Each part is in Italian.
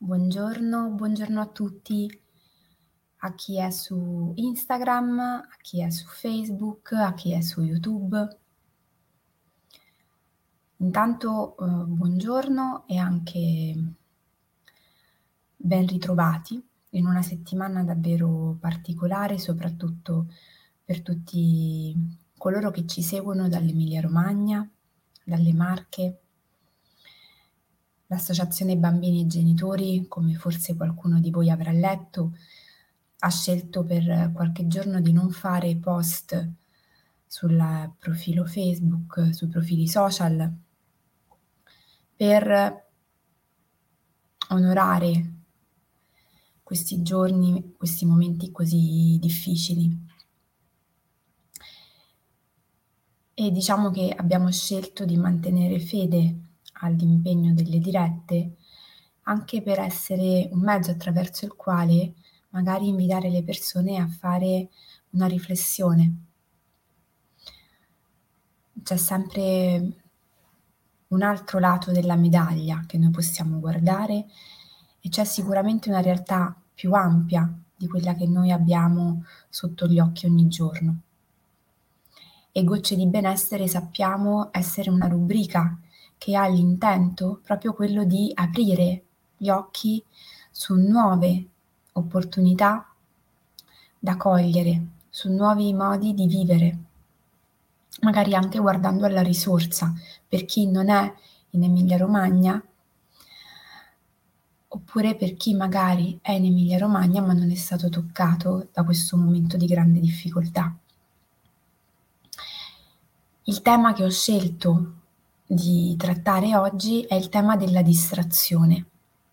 Buongiorno a tutti, a chi è su Instagram, a chi è su Facebook, a chi è su YouTube. Intanto, buongiorno e anche ben ritrovati in una settimana davvero particolare, soprattutto per tutti coloro che ci seguono dall'Emilia Romagna, dalle Marche. L'Associazione Bambini e Genitori, come forse qualcuno di voi avrà letto, ha scelto per qualche giorno di non fare post sul profilo Facebook, sui profili social, per onorare questi giorni, questi momenti così difficili. E diciamo che abbiamo scelto di mantenere fede all'impegno delle dirette, anche per essere un mezzo attraverso il quale magari invitare le persone a fare una riflessione. C'è sempre un altro lato della medaglia che noi possiamo guardare e c'è sicuramente una realtà più ampia di quella che noi abbiamo sotto gli occhi ogni giorno. E Gocce di benessere sappiamo essere una rubrica che ha l'intento proprio quello di aprire gli occhi su nuove opportunità da cogliere, su nuovi modi di vivere, magari anche guardando alla risorsa per chi non è in Emilia Romagna, oppure per chi magari è in Emilia Romagna ma non è stato toccato da questo momento di grande difficoltà. Il tema che ho scelto di trattare oggi è il tema della distrazione.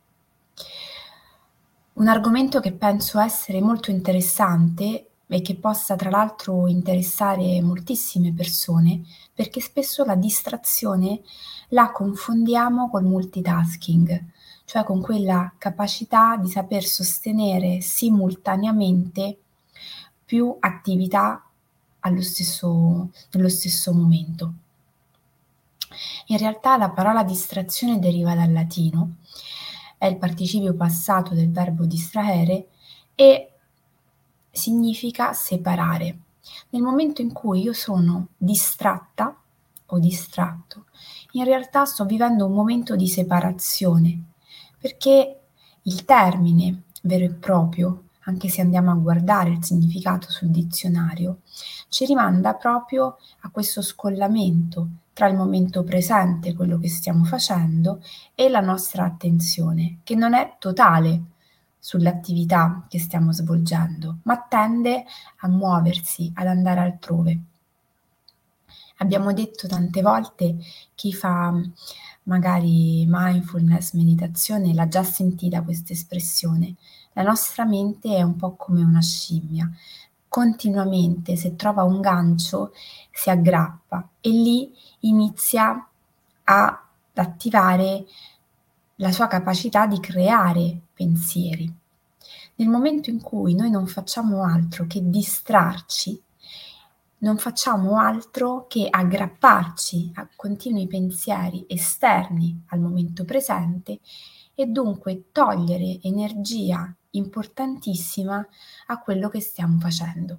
Un argomento che penso essere molto interessante e che possa tra l'altro interessare moltissime persone, perché spesso la distrazione la confondiamo col multitasking, cioè con quella capacità di saper sostenere simultaneamente più attività nello stesso momento. In realtà la parola distrazione deriva dal latino, è il participio passato del verbo distrahere e significa separare. Nel momento in cui io sono distratta o distratto, in realtà sto vivendo un momento di separazione, perché il termine vero e proprio, anche se andiamo a guardare il significato sul dizionario, ci rimanda proprio a questo scollamento tra il momento presente, quello che stiamo facendo, e la nostra attenzione, che non è totale sull'attività che stiamo svolgendo, ma tende a muoversi, ad andare altrove. Abbiamo detto tante volte, chi fa magari mindfulness, meditazione, l'ha già sentita questa espressione. La nostra mente è un po' come una scimmia, continuamente se trova un gancio si aggrappa e lì inizia ad attivare la sua capacità di creare pensieri. Nel momento in cui noi non facciamo altro che distrarci, non facciamo altro che aggrapparci a continui pensieri esterni al momento presente e dunque togliere energia importantissima a quello che stiamo facendo.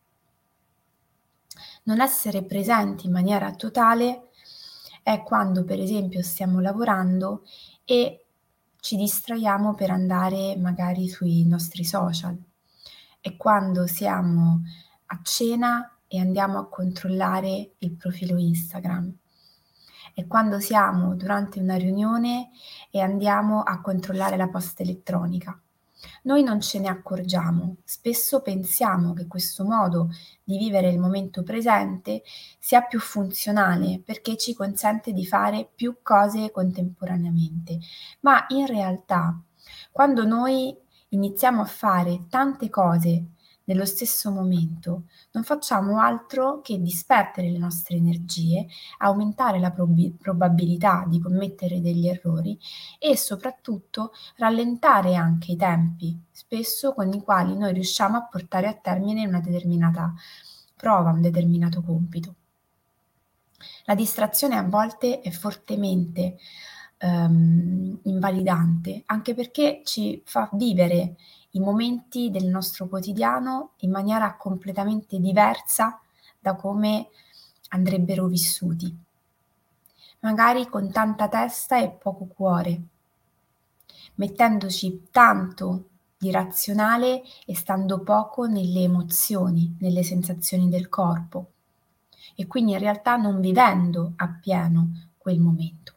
Non essere presenti in maniera totale è quando, per esempio, stiamo lavorando e ci distraiamo per andare magari sui nostri social. È quando siamo a cena e andiamo a controllare il profilo Instagram. È quando siamo durante una riunione e andiamo a controllare la posta elettronica. Noi non ce ne accorgiamo, spesso pensiamo che questo modo di vivere il momento presente sia più funzionale perché ci consente di fare più cose contemporaneamente, ma in realtà quando noi iniziamo a fare tante cose nello stesso momento, non facciamo altro che disperdere le nostre energie, aumentare la probabilità di commettere degli errori e soprattutto rallentare anche i tempi, spesso con i quali noi riusciamo a portare a termine una determinata prova, un determinato compito. La distrazione a volte è fortemente invalidante, anche perché ci fa vivere i momenti del nostro quotidiano in maniera completamente diversa da come andrebbero vissuti, magari con tanta testa e poco cuore, mettendoci tanto di razionale e stando poco nelle emozioni, nelle sensazioni del corpo e quindi in realtà non vivendo appieno quel momento.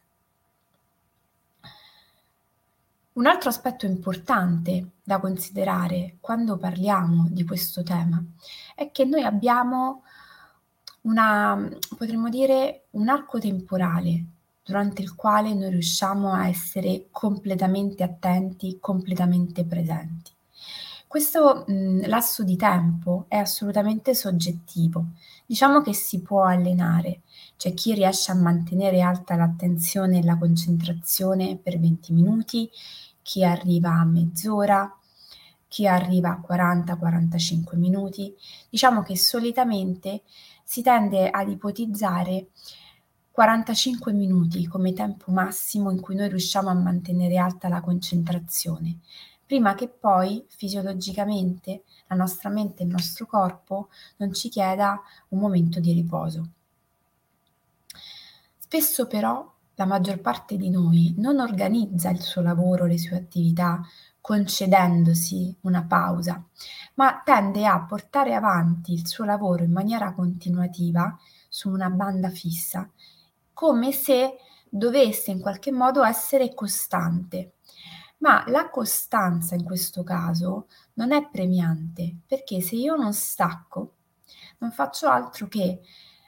Un altro aspetto importante da considerare quando parliamo di questo tema è che noi abbiamo potremmo dire, un arco temporale durante il quale noi riusciamo a essere completamente attenti, completamente presenti. Questo, lasso di tempo è assolutamente soggettivo. Diciamo che si può allenare. C'è chi riesce a mantenere alta l'attenzione e la concentrazione per 20 minuti, chi arriva a mezz'ora, chi arriva a 40-45 minuti. Diciamo che solitamente si tende ad ipotizzare 45 minuti come tempo massimo in cui noi riusciamo a mantenere alta la concentrazione, prima che poi fisiologicamente la nostra mente e il nostro corpo non ci chieda un momento di riposo. Spesso però la maggior parte di noi non organizza il suo lavoro, le sue attività concedendosi una pausa, ma tende a portare avanti il suo lavoro in maniera continuativa su una banda fissa, come se dovesse in qualche modo essere costante. Ma la costanza in questo caso non è premiante, perché se io non stacco, non faccio altro che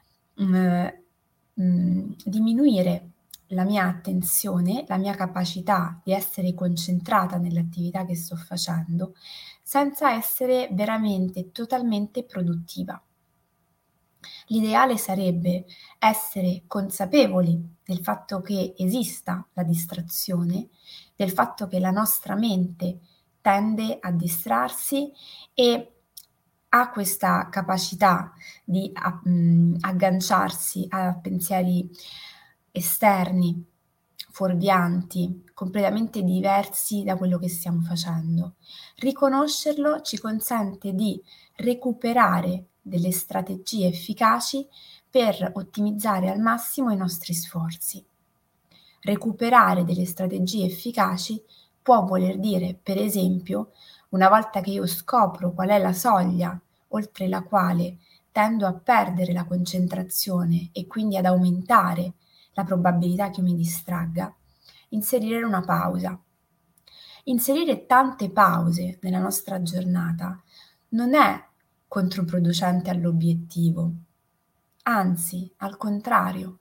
diminuire la mia attenzione, la mia capacità di essere concentrata nell'attività che sto facendo, senza essere veramente totalmente produttiva. L'ideale sarebbe essere consapevoli del fatto che esista la distrazione, del fatto che la nostra mente tende a distrarsi e ha questa capacità di agganciarsi a pensieri esterni, fuorvianti, completamente diversi da quello che stiamo facendo. Riconoscerlo ci consente di recuperare delle strategie efficaci per ottimizzare al massimo i nostri sforzi. Recuperare delle strategie efficaci può voler dire, per esempio, una volta che io scopro qual è la soglia oltre la quale tendo a perdere la concentrazione e quindi ad aumentare la probabilità che io mi distragga, inserire una pausa. Inserire tante pause nella nostra giornata non è controproducente all'obiettivo, anzi, al contrario.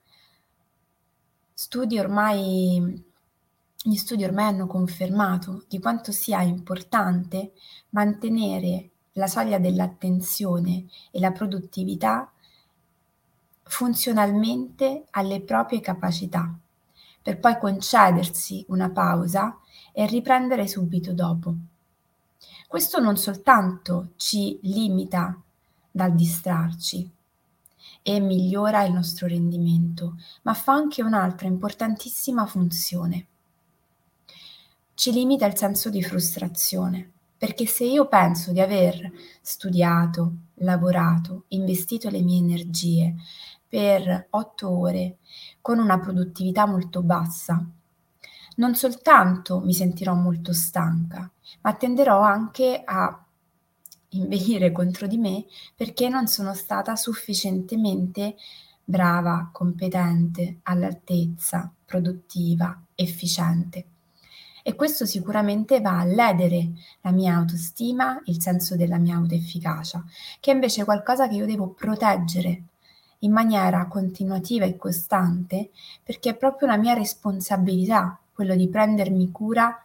Gli studi ormai hanno confermato di quanto sia importante mantenere la soglia dell'attenzione e la produttività funzionalmente alle proprie capacità, per poi concedersi una pausa e riprendere subito dopo. Questo non soltanto ci limita dal distrarci e migliora il nostro rendimento, ma fa anche un'altra importantissima funzione. Ci limita il senso di frustrazione, perché se io penso di aver studiato, lavorato, investito le mie energie per 8 ore con una produttività molto bassa, non soltanto mi sentirò molto stanca, ma tenderò anche a inveire contro di me perché non sono stata sufficientemente brava, competente, all'altezza, produttiva, efficiente. E questo sicuramente va a ledere la mia autostima, il senso della mia autoefficacia, che è invece qualcosa che io devo proteggere in maniera continuativa e costante, perché è proprio una mia responsabilità quello di prendermi cura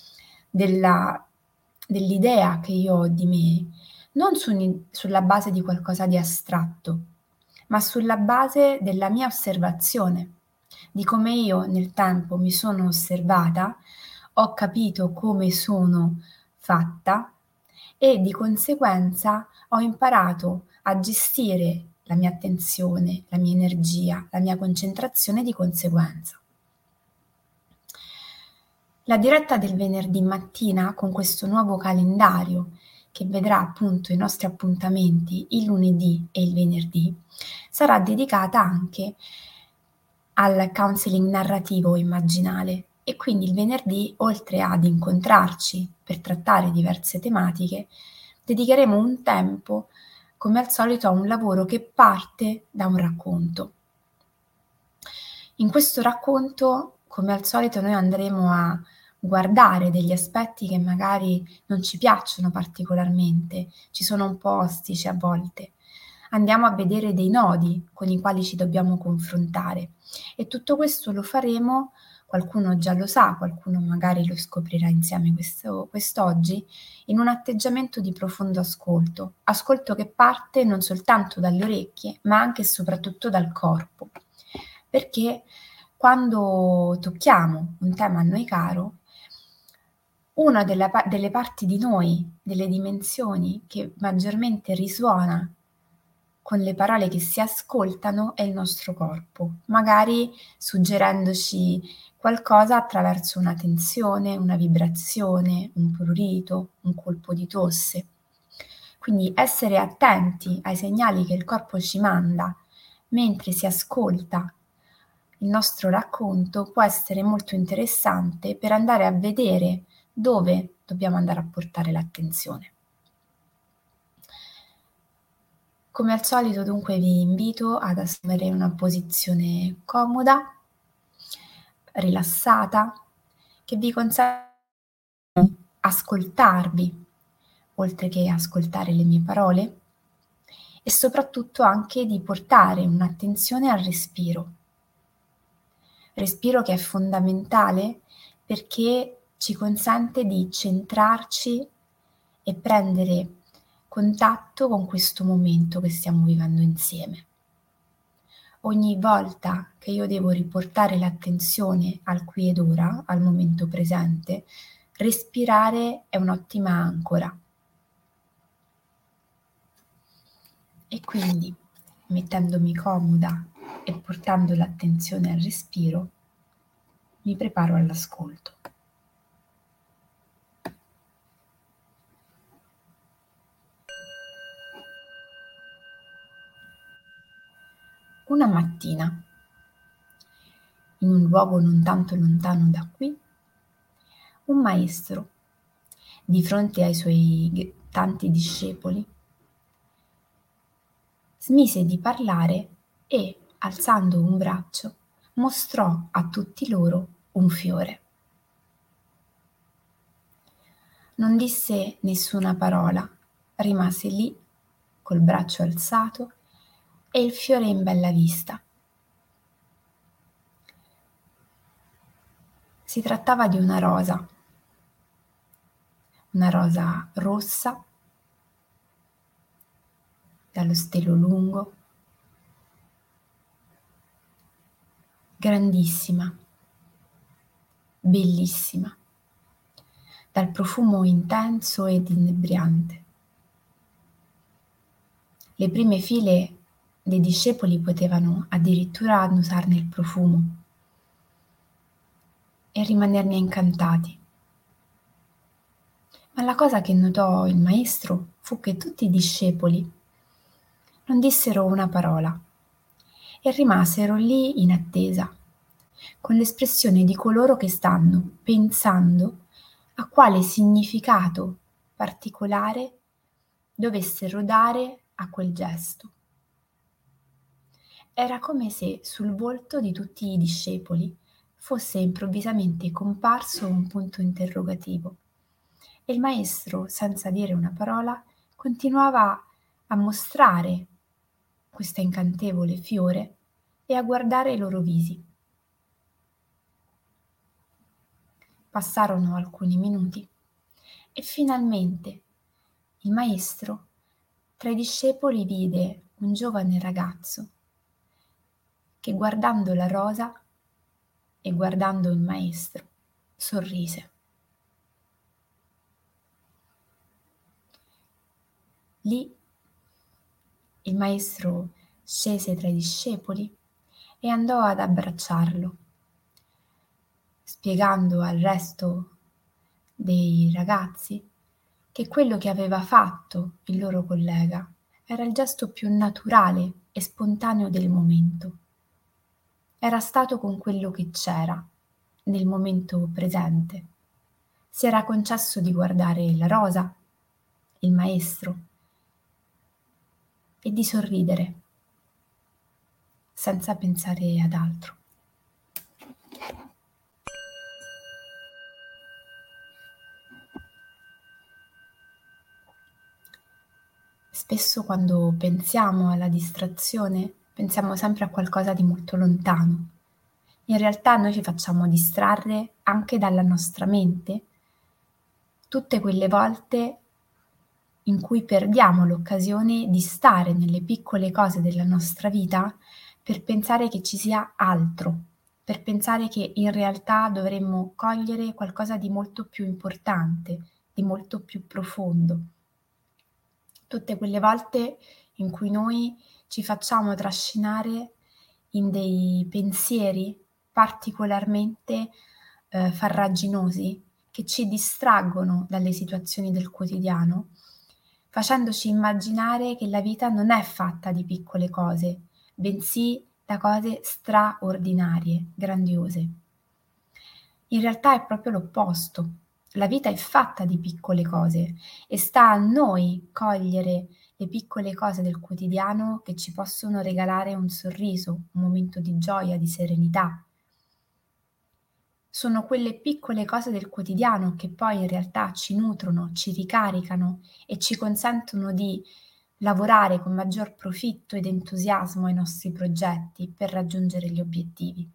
dell'idea che io ho di me, non sulla base di qualcosa di astratto, ma sulla base della mia osservazione, di come io nel tempo mi sono osservata, ho capito come sono fatta e di conseguenza ho imparato a gestire la mia attenzione, la mia energia, la mia concentrazione di conseguenza. La diretta del venerdì mattina, con questo nuovo calendario che vedrà appunto i nostri appuntamenti il lunedì e il venerdì, sarà dedicata anche al counseling narrativo immaginale e quindi il venerdì, oltre ad incontrarci per trattare diverse tematiche, dedicheremo un tempo, come al solito, a un lavoro che parte da un racconto. In questo racconto, come al solito, noi andremo a guardare degli aspetti che magari non ci piacciono particolarmente, ci sono un po' ostici a volte. Andiamo a vedere dei nodi con i quali ci dobbiamo confrontare e tutto questo lo faremo, qualcuno già lo sa, qualcuno magari lo scoprirà insieme quest'oggi, in un atteggiamento di profondo ascolto, ascolto che parte non soltanto dalle orecchie, ma anche e soprattutto dal corpo. Perché quando tocchiamo un tema a noi caro, una delle parti di noi, delle dimensioni che maggiormente risuona con le parole che si ascoltano è il nostro corpo, magari suggerendoci qualcosa attraverso una tensione, una vibrazione, un prurito, un colpo di tosse. Quindi essere attenti ai segnali che il corpo ci manda mentre si ascolta il nostro racconto può essere molto interessante per andare a vedere dove dobbiamo andare a portare l'attenzione. Come al solito, dunque, vi invito ad assumere una posizione comoda, rilassata, che vi consente di ascoltarvi, oltre che ascoltare le mie parole, e soprattutto anche di portare un'attenzione al respiro. Respiro che è fondamentale perché ci consente di centrarci e prendere contatto con questo momento che stiamo vivendo insieme. Ogni volta che io devo riportare l'attenzione al qui ed ora, al momento presente, respirare è un'ottima ancora. E quindi, mettendomi comoda e portando l'attenzione al respiro, mi preparo all'ascolto. Una mattina, in un luogo non tanto lontano da qui, un maestro, di fronte ai suoi tanti discepoli, smise di parlare e, alzando un braccio, mostrò a tutti loro un fiore. Non disse nessuna parola, rimase lì col braccio alzato e il fiore in bella vista. Si trattava di una rosa rossa, dallo stelo lungo, grandissima, bellissima, dal profumo intenso ed inebriante. Le prime file dei discepoli potevano addirittura annusarne il profumo e rimanerne incantati. Ma la cosa che notò il maestro fu che tutti i discepoli non dissero una parola e rimasero lì in attesa, con l'espressione di coloro che stanno pensando a quale significato particolare dovessero dare a quel gesto. Era come se sul volto di tutti i discepoli fosse improvvisamente comparso un punto interrogativo e il maestro, senza dire una parola, continuava a mostrare questo incantevole fiore e a guardare i loro visi. Passarono alcuni minuti e finalmente il maestro tra i discepoli vide un giovane ragazzo che, guardando la rosa e guardando il maestro, sorrise. Lì il maestro scese tra i discepoli e andò ad abbracciarlo, spiegando al resto dei ragazzi che quello che aveva fatto il loro collega era il gesto più naturale e spontaneo del momento. Era stato con quello che c'era, nel momento presente. Si era concesso di guardare la rosa, il maestro, e di sorridere, senza pensare ad altro. Spesso quando pensiamo alla distrazione, pensiamo sempre a qualcosa di molto lontano. In realtà noi ci facciamo distrarre anche dalla nostra mente tutte quelle volte in cui perdiamo l'occasione di stare nelle piccole cose della nostra vita per pensare che ci sia altro, per pensare che in realtà dovremmo cogliere qualcosa di molto più importante, di molto più profondo. Tutte quelle volte in cui noi ci facciamo trascinare in dei pensieri particolarmente farraginosi che ci distraggono dalle situazioni del quotidiano, facendoci immaginare che la vita non è fatta di piccole cose, bensì da cose straordinarie, grandiose. In realtà è proprio l'opposto. La vita è fatta di piccole cose e sta a noi cogliere le piccole cose del quotidiano che ci possono regalare un sorriso, un momento di gioia, di serenità. Sono quelle piccole cose del quotidiano che poi in realtà ci nutrono, ci ricaricano e ci consentono di lavorare con maggior profitto ed entusiasmo ai nostri progetti per raggiungere gli obiettivi.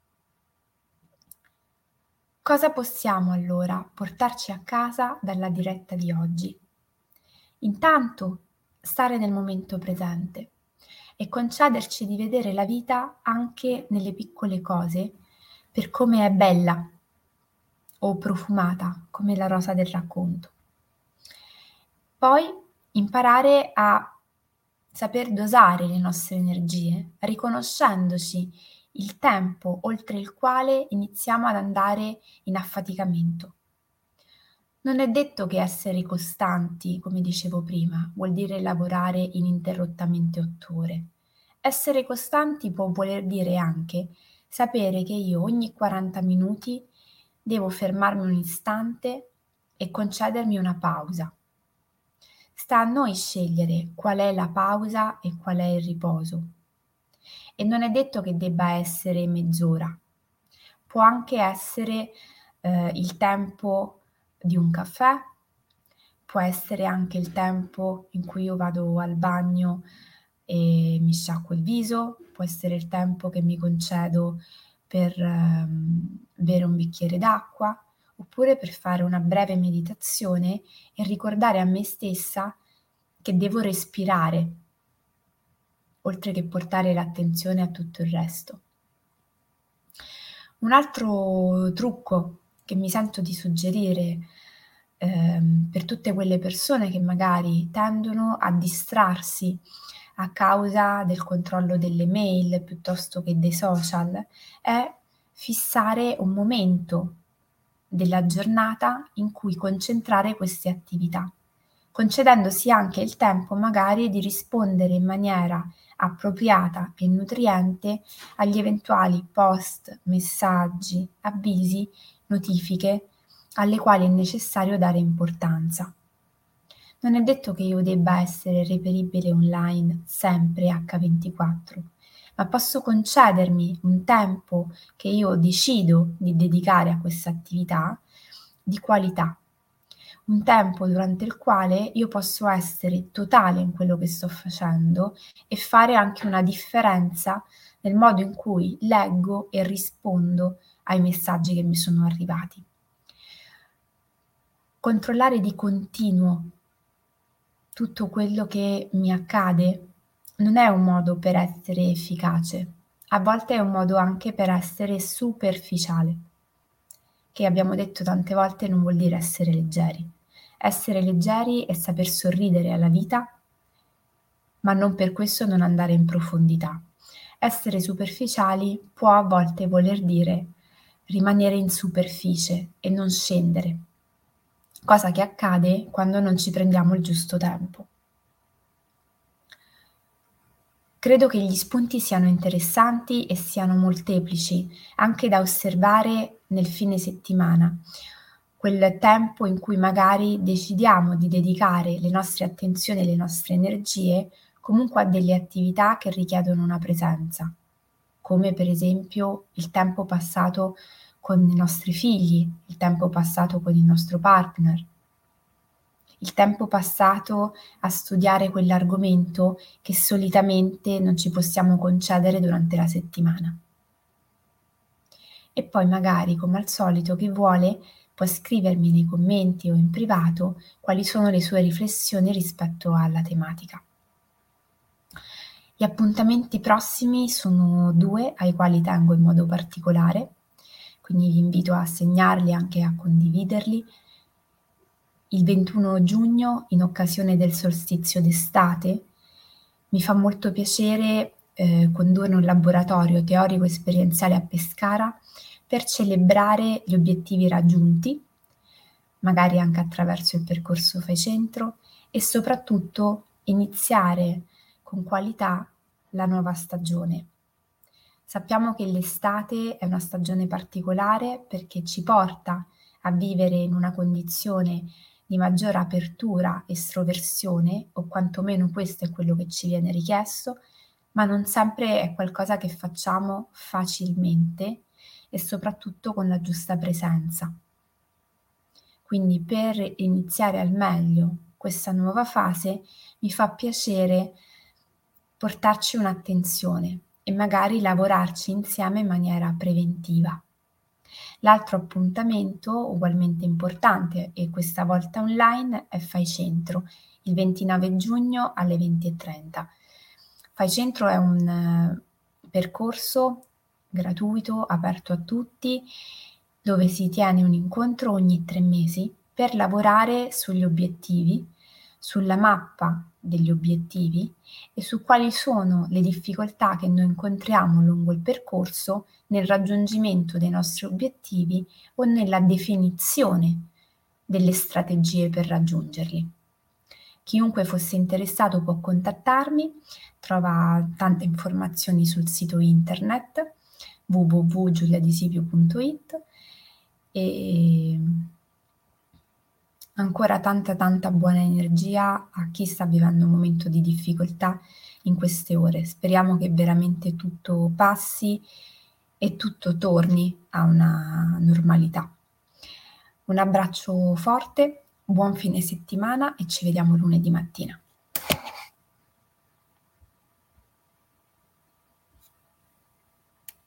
Cosa possiamo allora portarci a casa dalla diretta di oggi? Intanto stare nel momento presente e concederci di vedere la vita anche nelle piccole cose per come è bella o profumata, come la rosa del racconto. Poi imparare a saper dosare le nostre energie, riconoscendoci il tempo oltre il quale iniziamo ad andare in affaticamento. Non è detto che essere costanti, come dicevo prima, vuol dire lavorare ininterrottamente 8 ore. Essere costanti può voler dire anche sapere che io ogni 40 minuti devo fermarmi un istante e concedermi una pausa. Sta a noi scegliere qual è la pausa e qual è il riposo. E non è detto che debba essere mezz'ora. Può anche essere il tempo di un caffè, può essere anche il tempo in cui io vado al bagno e mi sciacquo il viso, può essere il tempo che mi concedo per bere un bicchiere d'acqua, oppure per fare una breve meditazione e ricordare a me stessa che devo respirare, oltre che portare l'attenzione a tutto il resto. Un altro trucco che mi sento di suggerire, per tutte quelle persone che magari tendono a distrarsi a causa del controllo delle mail piuttosto che dei social, è fissare un momento della giornata in cui concentrare queste attività, concedendosi anche il tempo magari di rispondere in maniera appropriata e nutriente agli eventuali post, messaggi, avvisi, notifiche alle quali è necessario dare importanza. Non è detto che io debba essere reperibile online sempre H24, ma posso concedermi un tempo che io decido di dedicare a questa attività di qualità. Un tempo durante il quale io posso essere totale in quello che sto facendo e fare anche una differenza nel modo in cui leggo e rispondo ai messaggi che mi sono arrivati. Controllare di continuo tutto quello che mi accade non è un modo per essere efficace, a volte è un modo anche per essere superficiale, che abbiamo detto tante volte non vuol dire essere leggeri. Essere leggeri è saper sorridere alla vita, ma non per questo non andare in profondità. Essere superficiali può a volte voler dire rimanere in superficie e non scendere, cosa che accade quando non ci prendiamo il giusto tempo. Credo che gli spunti siano interessanti e siano molteplici, anche da osservare nel fine settimana, quel tempo in cui magari decidiamo di dedicare le nostre attenzioni e le nostre energie comunque a delle attività che richiedono una presenza, come per esempio il tempo passato con i nostri figli, il tempo passato con il nostro partner, il tempo passato a studiare quell'argomento che solitamente non ci possiamo concedere durante la settimana. E poi magari, come al solito, chi vuole può scrivermi nei commenti o in privato quali sono le sue riflessioni rispetto alla tematica. Gli appuntamenti prossimi sono 2 ai quali tengo in modo particolare, quindi vi invito a segnarli e anche a condividerli. Il 21 giugno, in occasione del solstizio d'estate, mi fa molto piacere condurre un laboratorio teorico esperienziale a Pescara per celebrare gli obiettivi raggiunti, magari anche attraverso il percorso Fai Centro, e soprattutto iniziare con qualità la nuova stagione. Sappiamo che l'estate è una stagione particolare perché ci porta a vivere in una condizione di maggiore apertura, estroversione, o quantomeno questo è quello che ci viene richiesto, ma non sempre è qualcosa che facciamo facilmente e soprattutto con la giusta presenza. Quindi per iniziare al meglio questa nuova fase mi fa piacere portarci un'attenzione e magari lavorarci insieme in maniera preventiva. L'altro appuntamento, ugualmente importante e questa volta online, è Fai Centro, il 29 giugno alle 20:30. Fai Centro è un percorso gratuito, aperto a tutti, dove si tiene un incontro ogni 3 mesi per lavorare sugli obiettivi, sulla mappa degli obiettivi e su quali sono le difficoltà che noi incontriamo lungo il percorso nel raggiungimento dei nostri obiettivi o nella definizione delle strategie per raggiungerli. Chiunque fosse interessato può contattarmi, trova tante informazioni sul sito internet www.giuliadisipio.it e ancora tanta buona energia a chi sta vivendo un momento di difficoltà in queste ore. Speriamo che veramente tutto passi e tutto torni a una normalità. Un abbraccio forte, buon fine settimana e ci vediamo lunedì mattina.